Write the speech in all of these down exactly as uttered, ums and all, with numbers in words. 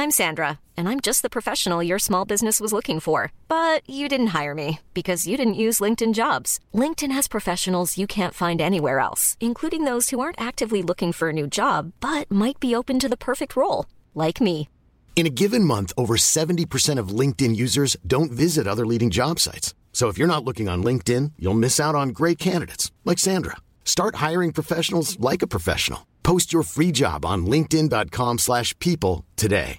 I'm Sandra, and I'm just the professional your small business was looking for. But you didn't hire me because you didn't use LinkedIn Jobs. LinkedIn has professionals you can't find anywhere else, including those who aren't actively looking for a new job, but might be open to the perfect role, like me. In a given month, over seventy percent of LinkedIn users don't visit other leading job sites. So if you're not looking on LinkedIn, you'll miss out on great candidates like Sandra. Start hiring professionals like a professional. Post your free job on linkedin dot com slash people today.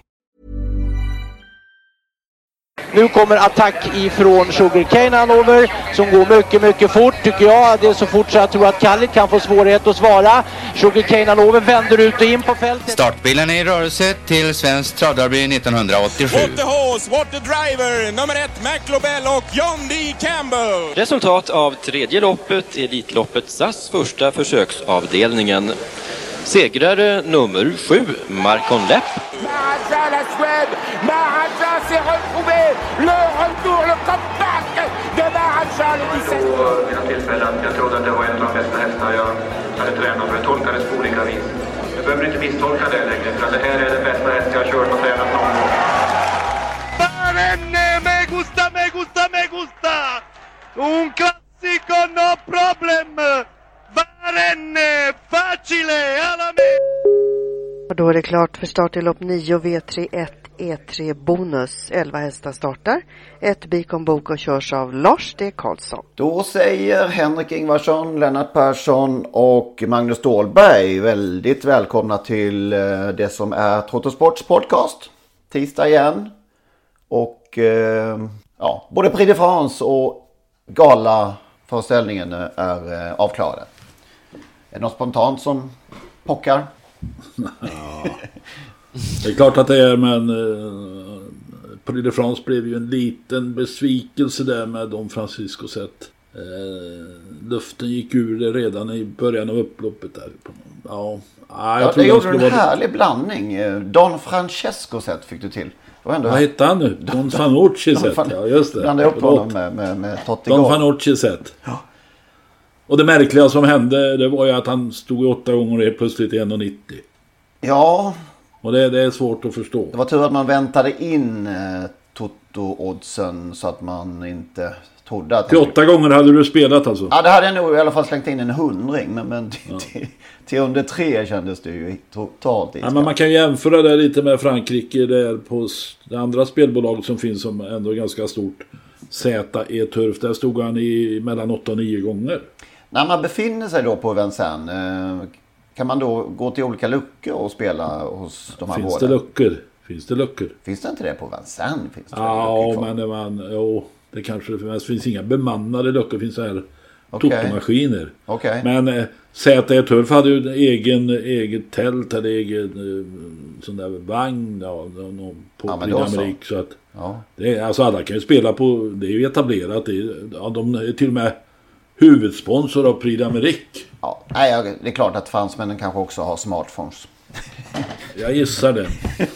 Nu kommer attack ifrån Sugarcane Hanover som går mycket, mycket fort tycker jag. Det är så fort så jag tror att Kallit kan få svårighet att svara. Sugarcane Hanover vänder ut och in på fältet. Startbilen är i rörelse till Svensk Travderby nittonhundraåttiosju. What the horse, what the driver, nummer ett McLobell och John D. Campbell. Resultat av tredje loppet, Elitloppet S A S första försöksavdelningen. Segrare nummer sju, Marcon Lepp. Maharaja la Suède, Maharaja s'est retrouvé, le retour, le comeback de Maharaja le dix-sept. Vid mina tillfällen, jag trodde att det var en av de bästa hästar jag hade tränat för. Jag tolkade det på olika vis. Jag behöver inte misstolka det längre, för det här är det bästa häst jag har kört och tränat någon gång. Barenne, me gusta, me gusta, me gusta! Un classico, no problem! Barenne, facile, alla me! Och då är det klart för start i lopp nio V trettioett E tre bonus. elva hästar startar. Ett Bikon Bok och körs av Lars D. Karlsson. Då säger Henrik Ingvarsson, Lennart Persson och Magnus Ståhlberg väldigt välkomna till det som är Trottosports podcast. Tisdag igen. Och ja, både Prix de France och galaföreställningen är avklarade. Är det något spontant som pockar? Ja. Det är klart att det är, men eh, Prix de France blev ju en liten besvikelse där med Don Francisco sett. Eh, luften gick ur det redan i början av upploppet där. Ja, ja, jag ja, tror det gjorde en vara... härlig blandning. Don Francesco sett fick du till. Ändå... Vad hette han nu? Don Fanucci sett, Fan... ja just det. Blandade upp honom med, med, med Totti Don Fanucci sett. Ja. Och det märkliga som hände, det var ju att han stod åtta gånger och helt plötsligt i en komma nittio. Ja. Och det, det är svårt att förstå. Det var tur att man väntade in eh, Toto-oddsen så att man inte trodde att... Till åtta gånger hade du spelat alltså? Ja, det hade jag nog i alla fall slängt in en hundring. Men, men till, ja. till, till under tre kändes det ju totalt. Ja, men man kan jämföra det lite med Frankrike där på det andra spelbolaget som finns som ändå är ganska stort. Z E Turf, där stod han i mellan åtta och nio gånger. När man befinner sig då på Vincennes, kan man då gå till olika luckor och spela hos de här Finns båda? det luckor? Finns det luckor? Finns det inte det på Vincennes? Finns det ja, men det, man, jo, det kanske det finns inga bemannade luckor. Det finns så här okay. Totomaskiner. Okay. Men eh, Z E Turf hade ju egen, eget tält, hade egen eh, sån där vagn ja, på ja, Prix så att ja. det är, alltså alla kan ju spela på, det är ju etablerat, det är, ja, de är till och med huvudsponsor av Prix d'Amérique. Ja, nej, det är klart att fransmännen kanske också har smartphones. Jag gissar det.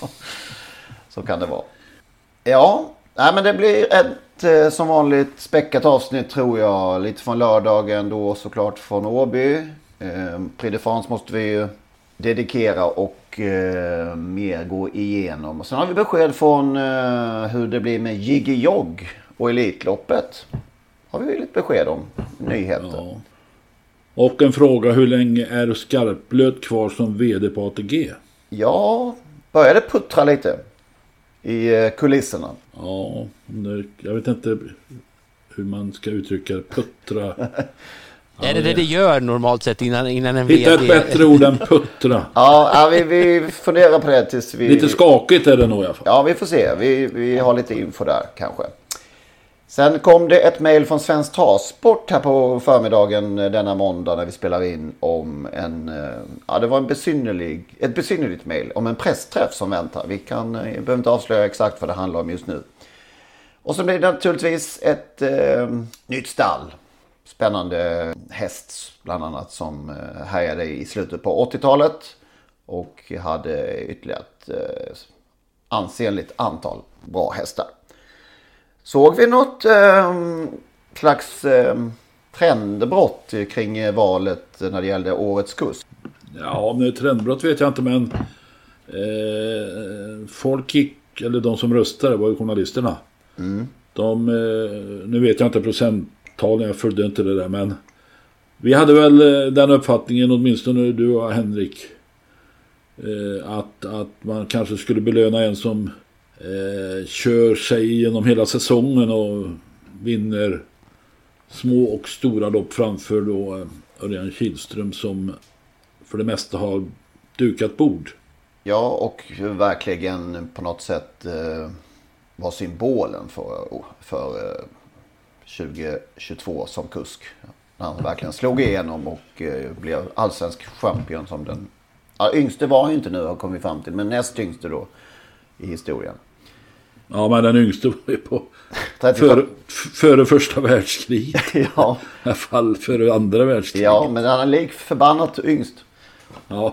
Så kan det vara. Ja, nej, men det blir ett eh, som vanligt späckat avsnitt tror jag. Lite från lördagen då såklart från Åby. Eh, Prix de France måste vi ju dedikera och eh, mer gå igenom. Och sen har vi besked från eh, hur det blir med Jiggy Jogg och Elitloppet. Har vi lite besked om nyheter. Ja. Och en fråga, hur länge är Skarplöt kvar som vd på A T G? Ja, började puttra lite i kulisserna. Ja, jag vet inte hur man ska uttrycka det. Puttra. Ja, är det det det gör normalt sett innan, innan en Hitta ett bättre ord än puttra. Ja, ja vi, vi funderar på det tills vi... Lite skakigt är det nog i alla fall. Ja, vi får se. Vi, vi har lite info där kanske. Sen kom det ett mejl från Svensk Travsport här på förmiddagen denna måndag när vi spelar in om en... Ja, det var en besynnerlig, ett besynnerligt mejl om en pressträff som väntar. Vi kan, vi behöver inte avslöja exakt vad det handlar om just nu. Och så blir det naturligtvis ett eh, nytt stall. Spännande häst bland annat som härjade i slutet på åttiotalet och hade ytterligare ett eh, ansenligt antal bra hästar. Såg vi något eh, slags eh, trendbrott kring valet när det gällde årets kurs? Ja, om det är trendbrott vet jag inte, men Eh, folk gick, eller de som röstade var ju journalisterna. Mm. De, eh, nu vet jag inte procenttalen, jag följde inte det där, men vi hade väl eh, den uppfattningen, åtminstone du och Henrik, eh, att, att man kanske skulle belöna en som eh, kör sig genom hela säsongen och vinner små och stora lopp framför då eh, Örjan Kihlström, som för det mesta har dukat bord. Ja, och verkligen på något sätt eh, var symbolen för, för eh, tjugo tjugotvå som kusk. Han verkligen slog igenom och eh, blev allsvensk champion som den ja, yngste var han ju inte nu, har kommit fram till, men näst yngste då i historien. Ja, men den yngste var ju på före, före första världskriget. Ja. I alla fall före andra världskriget. Ja, men han är lik förbannat yngst. Ja.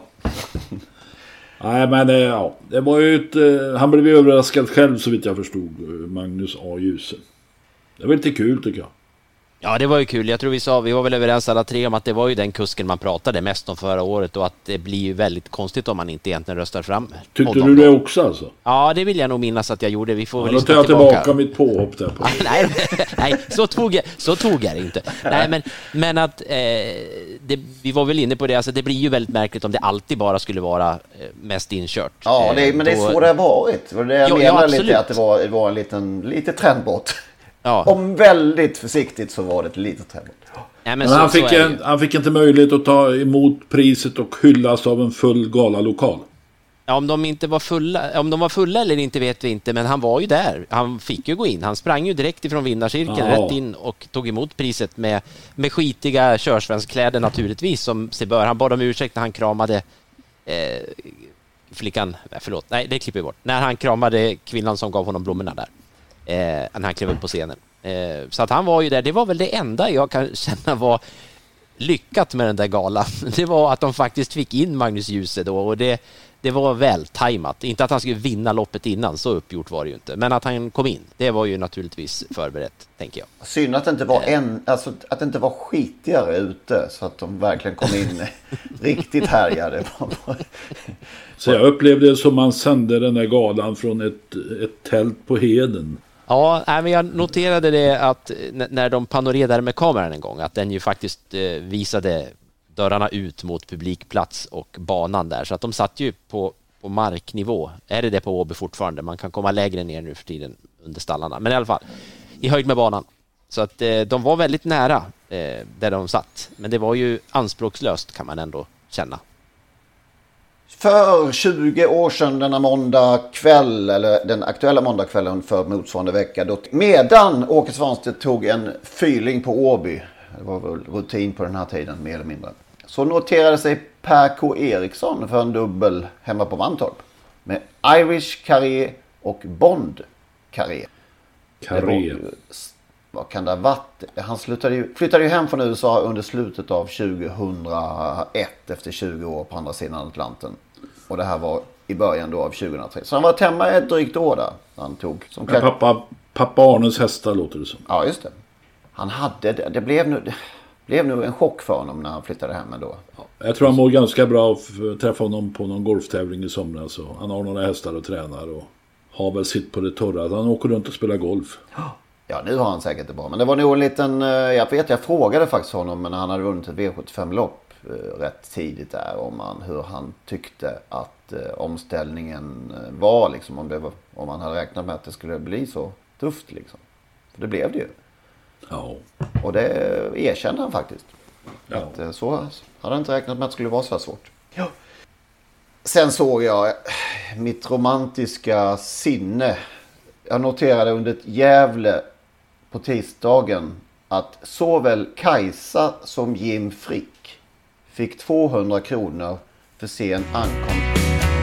Nej, men ja, det var ju ett, han blev överraskad själv så vitt jag förstod, Magnus A. Djuse. Det var lite kul tycker jag. Ja, det var ju kul. Jag tror vi sa, vi var väl överens alla tre om att det var ju den kusken man pratade mest om förra året och att det blir ju väldigt konstigt om man inte egentligen röstar fram. Tyckte du det också alltså? Ja, det vill jag nog minnas att jag gjorde. Vi får ja, väl då tar jag tillbaka, tillbaka mitt påhopp där. På. nej, nej, så tog jag, så tog jag det inte. Nej, men, men att eh, det, vi var väl inne på det, alltså det blir ju väldigt märkligt om det alltid bara skulle vara eh, mest inkört. Ja, det, men det är så det har varit. Det jag jo, menar ja, lite att det var, det var en liten, lite trendbrott. Ja. Om väldigt försiktigt så var det ett litet trendbrott. Ja, men så, han, fick en, han fick inte möjlighet att ta emot priset och hyllas av en full galalokal. Ja, om de inte var fulla, om de var fulla eller inte vet vi inte, men han var ju där. Han fick ju gå in. Han sprang ju direkt ifrån vinnarcirkeln ja. rätt in och tog emot priset med, med skitiga körsvenskläder naturligtvis som sig bör. Han bad om ursäkt när han kramade eh, flickan, nej, förlåt, nej det klipper vi bort. När han kramade kvinnan som gav honom blommorna där. Eh, när han klev upp på scenen. Eh, så att han var ju där. Det var väl det enda jag kan känna var lyckat med den där galan. Det var att de faktiskt fick in Magnus Djuse då och det, det var väl tajmat. Inte att han skulle vinna loppet innan, så uppgjort var det ju inte. Men att han kom in, det var ju naturligtvis förberett, tänker jag. Synd att det inte var en, alltså att det inte var skitigare ute så att de verkligen kom in riktigt härjade. Så jag upplevde det som man sände den där galan från ett, ett tält på Heden. Ja, men jag noterade det att när de panorerade med kameran en gång, att den ju faktiskt visade dörrarna ut mot publikplats och banan där. Så att de satt ju på, på marknivå. Är det det på Åby fortfarande? Man kan komma lägre ner nu för tiden under stallarna. Men i alla fall, i höjd med banan. Så att de var väldigt nära där de satt. Men det var ju anspråkslöst kan man ändå känna. För tjugo år sedan denna måndag kväll, eller den aktuella måndagskvällen för motsvarande vecka, då medan Åke Svanstedt tog en fyling på Åby, det var väl rutin på den här tiden mer eller mindre, så noterade sig Per K. Eriksson för en dubbel hemma på Mantorp med Irish Carré och Bond Carré. Carré. Vad kan det ha varit? Han slutade ju, flyttade ju hem från U S A under slutet av tjugohundraett efter tjugo år på andra sidan Atlanten. Och det här var i början då av tjugohundratre. Så han var hemma ett drygt år där. Han tog som ja, pappa, pappa Arnes hästar låter det som. Ja, just det. Han hade det. Det blev nu, det blev nu en chock för honom när han flyttade hem då. Ja, jag tror han mår ganska bra att träffa honom på någon golftävling i somras. Så han har några hästar och tränar och har väl sitt på det torra. Han åker runt och spelar golf. Ja, nu har han säkert det bra. Men det var nog en liten, jag vet, jag frågade faktiskt honom när han hade vunnit ett V sjuttiofem-lopp eh, rätt tidigt där om han, hur han tyckte att eh, omställningen var liksom, om, det var, om han hade räknat med att det skulle bli så tufft liksom. För det blev det ju. Ja. Och det erkände han faktiskt. Ja. Att, eh, så hade han inte räknat med att det skulle vara så svårt. Ja. Sen såg jag mitt romantiska sinne. Jag noterade under ett Gävle på tisdagen att såväl Kajsa som Jim Frick fick tvåhundra kronor för sen ankomst.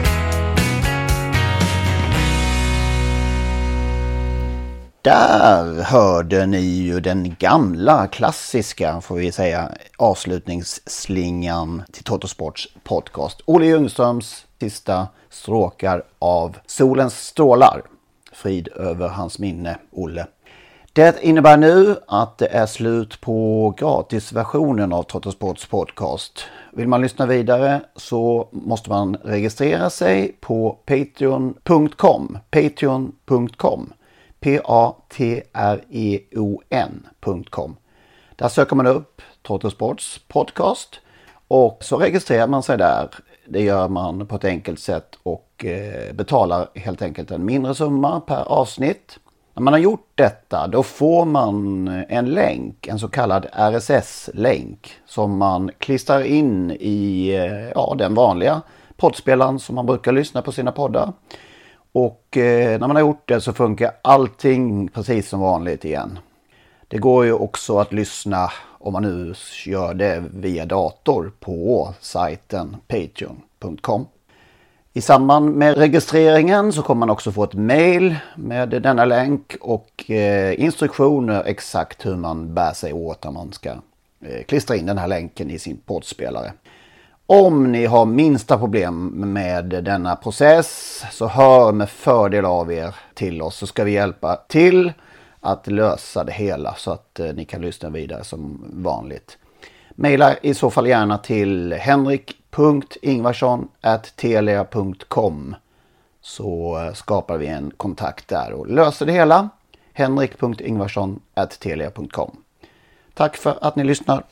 Där hörde ni ju den gamla klassiska, får vi säga, avslutningsslingan till Totosports podcast. Olle Ljungströms sista stråkar av Solens strålar. Frid över hans minne, Olle. Det innebär nu att det är slut på gratisversionen av Trottosports podcast. Vill man lyssna vidare så måste man registrera sig på patreon punkt com. patreon punkt com. P A T R E O N punkt com. Där söker man upp Trottosports podcast och så registrerar man sig där. Det gör man på ett enkelt sätt och betalar helt enkelt en mindre summa per avsnitt. När man har gjort detta då får man en länk, en så kallad R S S-länk som man klistrar in i ja, den vanliga poddspelaren som man brukar lyssna på sina poddar. Och eh, när man har gjort det så funkar allting precis som vanligt igen. Det går ju också att lyssna om man nu gör det via dator på sajten patreon punkt com. I samband med registreringen så kommer man också få ett mail med denna länk och eh, instruktioner exakt hur man bär sig åt när man ska eh, klistra in den här länken i sin poddspelare. Om ni har minsta problem med denna process så hör med fördel av er till oss så ska vi hjälpa till att lösa det hela så att eh, ni kan lyssna vidare som vanligt. Maila i så fall gärna till henrik punkt ingvarsson at telia punkt com så skapar vi en kontakt där och löser det hela. henrik punkt ingvarsson at telia punkt com. Tack för att ni lyssnar.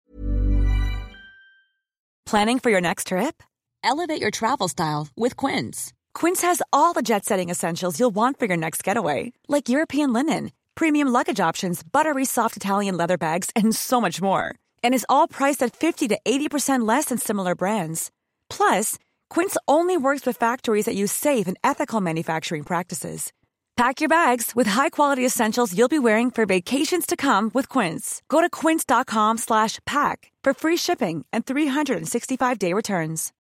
Planning for your next trip? Elevate your travel style with Quince. Quince has all the jet-setting essentials you'll want for your next getaway, like European linen, premium luggage options, buttery soft Italian leather bags, and so much more. And is all priced at fifty to eighty percent less than similar brands. Plus, Quince only works with factories that use safe and ethical manufacturing practices. Pack your bags with high-quality essentials you'll be wearing for vacations to come with Quince. Go to quince dot com slash pack for free shipping and three sixty-five day returns.